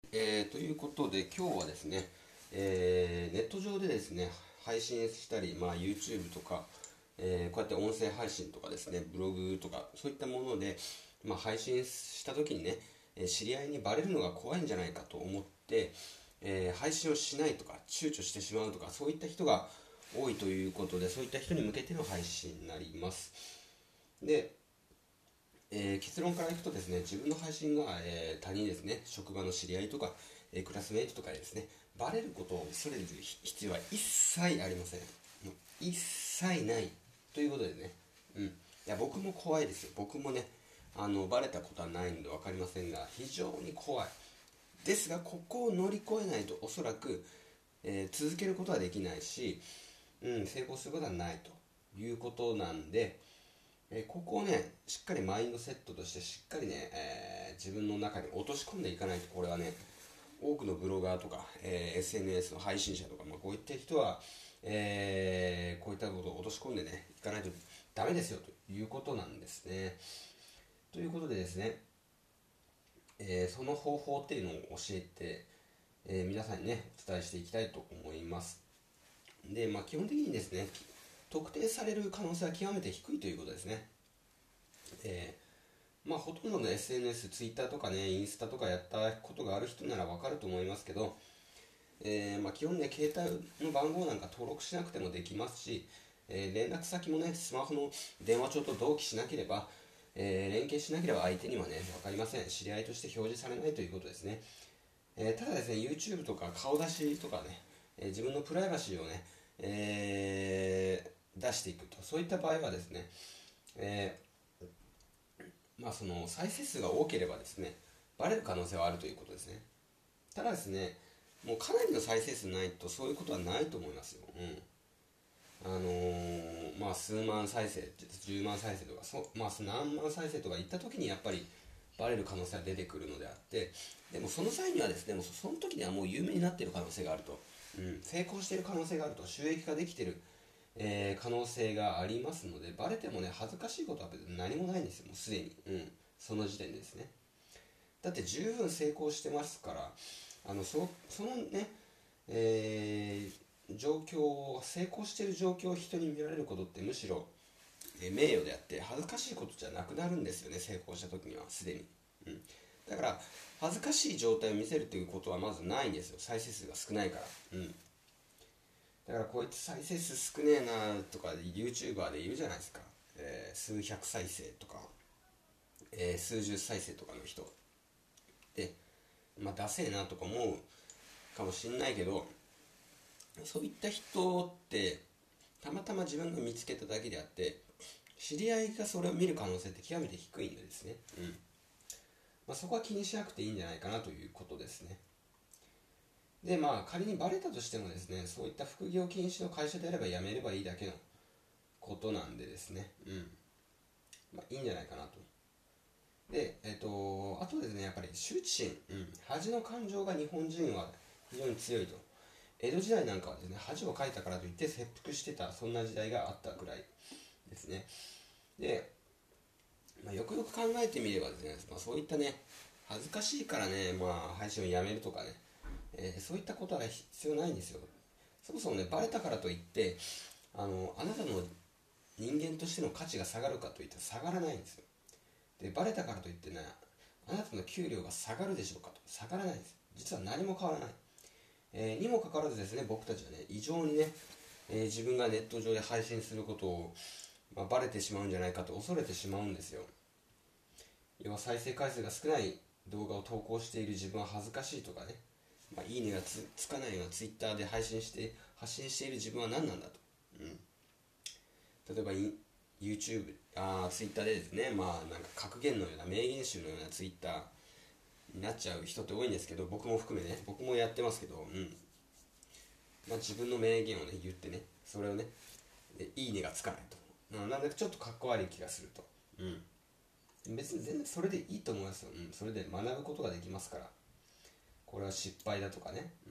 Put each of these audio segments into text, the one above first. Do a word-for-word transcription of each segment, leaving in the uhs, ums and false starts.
えーということで今日はですね、えーネット上でですね配信したり、まあ、YouTube とか、えーこうやって音声配信とかですね、ブログとかそういったもので、まあ、配信した時にね、えー知り合いにバレるのが怖いんじゃないかと思って、えー配信をしないとか躊躇してしまうとか、そういった人が多いということで、そういった人に向けての配信になります。で、えー結論からいくとですね、自分の配信が、えー他人ですね、職場の知り合いとか、えークラスメイトとかでですね、バレることを恐れる必要は一切ありません。もう一切ないということでね、うん、いや僕も怖いですよ。僕もね、あのバレたことはないので分かりませんが、非常に怖いですが、ここを乗り越えないとおそらく、えー続けることはできないし、うん、成功することはないということなんで、えーここをね、しっかりマインドセットとしてしっかりね、えー自分の中に落とし込んでいかないと、これはね、多くのブロガーとか、えー エスエヌエス の配信者とか、まあ、こういった人は、えーこういったことを落とし込んでね、いかないとダメですよということなんですね。ということでですね、えーその方法っていうのを教えて、えー皆さんにね、お伝えしていきたいと思います。で、まあ、基本的にですね、特定される可能性は極めて低いということですね。えーまあ、ほとんどの エスエヌエス、ツイッターとかね、インスタとかやったことがある人ならわかると思いますけど、えーまあ、基本ね、携帯の番号なんか登録しなくてもできますし、えー連絡先もね、スマホの電話帳と同期しなければ、えー連携しなければ相手にはね、分かりません。知り合いとして表示されないということですね。えーただですね、YouTube とか顔出しとかね、えー自分のプライバシーをね、えー出していくと、そういった場合はですね、えーまあ、その再生数が多ければですね、バレる可能性はあるということですね。ただですね、もうかなりの再生数ないとそういうことはないと思いますよ。うん。あのーまあ数万再生、じゅうまん再生とか、そまあ何万再生とかいった時にやっぱりバレる可能性は出てくるのであって、でもその際にはですね、もうその時にはもう有名になっている可能性があると、うん、成功している可能性があると、収益化できている、えー可能性がありますので、バレてもね、恥ずかしいことは別に何もないんですよ、もうすでに。うん、その時点でですね。だって十分成功してますから、あのそそのね、えー状況、成功している状況を人に見られることってむしろ、えー名誉であって恥ずかしいことじゃなくなるんですよね、成功した時にはすでに。うん、だから恥ずかしい状態を見せるということはまずないんですよ、再生数が少ないから。うん、だからこいつ再生数少ねえなとか YouTuber でいるじゃないですか、えー数百再生とか、えー数十再生とかの人で、まあ、ダセえなとか思うかもしんないけど、そういった人ってたまたま自分が見つけただけであって、知り合いがそれを見る可能性って極めて低いんでですね、うん、まあ、そこは気にしなくていいんじゃないかなということですね。で、まあ仮にバレたとしてもですね、そういった副業禁止の会社であれば辞めればいいだけのことなんでですね、うん、まあいいんじゃないかなと。で、えっと、あとですね、やっぱり羞恥心、うん、恥の感情が日本人は非常に強いと。江戸時代なんかはですね、恥をかいたからといって切腹してた、そんな時代があったくらいですね。で、まあ、よくよく考えてみればですね、まあ、そういったね、恥ずかしいからね、まあ、配信をやめるとかね、えーそういったことは必要ないんですよ。そもそもね、バレたからといって、あの、あなたの人間としての価値が下がるかといったら下がらないんですよ。で、バレたからといってね、あなたの給料が下がるでしょうかと、下がらないです。実は何も変わらない。えーにもかかわらずですね、僕たちはね、異常にね、えー自分がネット上で配信することを、まあ、バレてしまうんじゃないかと恐れてしまうんですよ。要は再生回数が少ない動画を投稿している自分は恥ずかしいとかね、まあ、いいねがつつかないようなツイッターで配信して発信している自分は何なんだと、うん、例えば YouTube、あー Twitter でですね、まあなんか格言のような名言集のような Twitter になっちゃう人って多いんですけど、僕も含めね、僕もやってますけど、うん、まあ、自分の名言をね言ってね、それをね、いいねがつかないと、なんでちょっとかっこ悪い気がすると、うん、別に全然それでいいと思いますよ、うん、それで学ぶことができますから。これは失敗だとかね、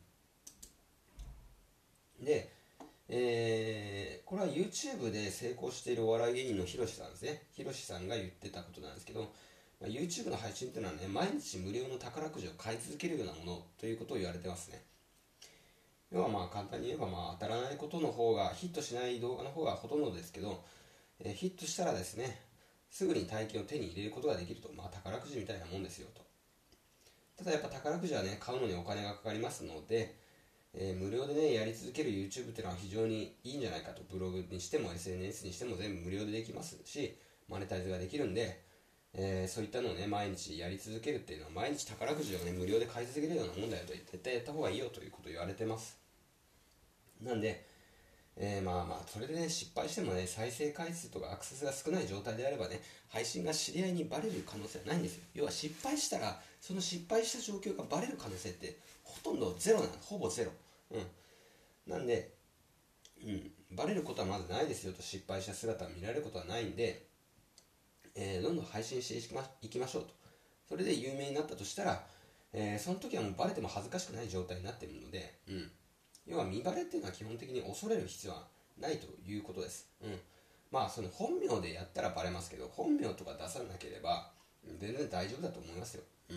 うん、で、えーこれは YouTube で成功しているお笑い芸人のヒロシさんですね、ヒロシさんが言ってたことなんですけど、 まあ、YouTube の配信っていうのはね、毎日無料の宝くじを買い続けるようなものということを言われてますね。要はまあ簡単に言えば、まあ当たらないことの方が、ヒットしない動画の方がほとんどですけど、えーヒットしたらですね、すぐに大金を手に入れることができると、まあ宝くじみたいなもんですよと。ただやっぱ宝くじはね、買うのにお金がかかりますので、えー無料でね、やり続ける YouTube っていうのは非常にいいんじゃないかと。ブログにしても エスエヌエス にしても全部無料でできますし、マネタイズができるんで、えーそういったのをね、毎日やり続けるっていうのは、毎日宝くじをね、無料で買い続けるようなもんだよと、絶対やった方がいいよということを言われてます。なんで、えーまあまあ、それでね、失敗してもね、再生回数とかアクセスが少ない状態であればね、配信が知り合いにバレる可能性はないんですよ。要は失敗したら、その失敗した状況がバレる可能性ってほとんどゼロなの、ほぼゼロ。うん。なんで、うん、バレることはまずないですよと、失敗した姿を見られることはないんで、えーどんどん配信していきま、いきましょうと。それで有名になったとしたら、えーその時はもうバレても恥ずかしくない状態になっているので、うん。要は見バレっていうのは基本的に恐れる必要はないということです。うん。まあその本名でやったらバレますけど、本名とか出さなければ全然大丈夫だと思いますよ。うん。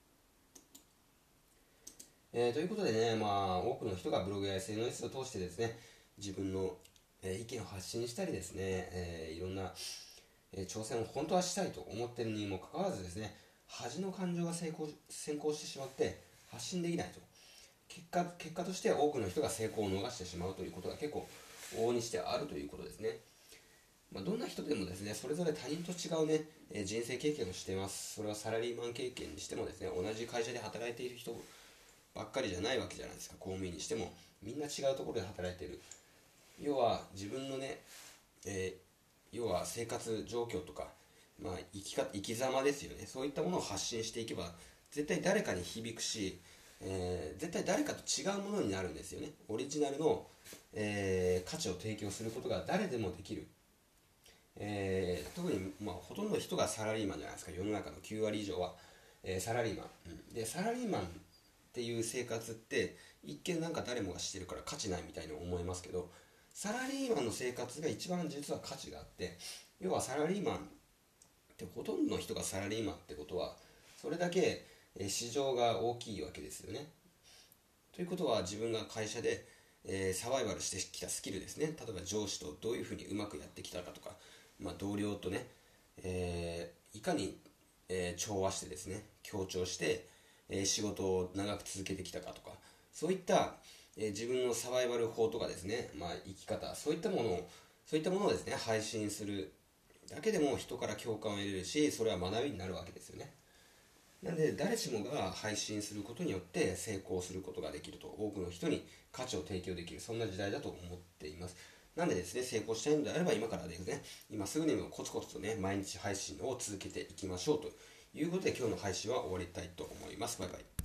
えーということでね、まあ多くの人がブログや エスエヌエス を通してですね、自分の、えー意見を発信したりですね、えーいろんな、えー挑戦を本当はしたいと思っているにもかかわらずですね、恥の感情が先行先行してしまって発信できないと。結果結果として多くの人が成功を逃してしまうということが結構往々にしてあるということですね。まあ、どんな人でもですね、それぞれ他人と違うね、えー人生経験をしています。それはサラリーマン経験にしてもですね、同じ会社で働いている人ばっかりじゃないわけじゃないですか。公務員にしてもみんな違うところで働いている。要は自分のね、えー要は生活状況とか、まあ、生きか生き様ですよね。そういったものを発信していけば絶対誰かに響くし、えー絶対誰かと違うものになるんですよね。オリジナルの、えー価値を提供することが誰でもできる。えー特に、まあ、ほとんどの人がサラリーマンじゃないですか。世の中のきゅう割以上は、えーサラリーマン、うんでサラリーマンっていう生活って一見なんか誰もがしてるから価値ないみたいに思いますけど、サラリーマンの生活が一番実は価値があって、要はサラリーマンってほとんどの人がサラリーマンってことはそれだけえー市場が大きいわけですよね。ということは自分が会社で、えーサバイバルしてきたスキルですね。例えば上司とどういうふうにうまくやってきたかとか、まあ、同僚とね、えーいかに、えー調和してですね、協調して、えー仕事を長く続けてきたかとか、そういった、えー自分のサバイバル法とかですね、まあ、生き方、そういったものをそういったものをですね配信するだけでも人から共感を得れるし、それは学びになるわけですよね。なんで誰しもが配信することによって成功することができると、多くの人に価値を提供できる、そんな時代だと思っています。なんでですね、成功したいのであれば今からですね、今すぐにもコツコツとね、毎日配信を続けていきましょうということで、今日の配信は終わりたいと思います。バイバイ。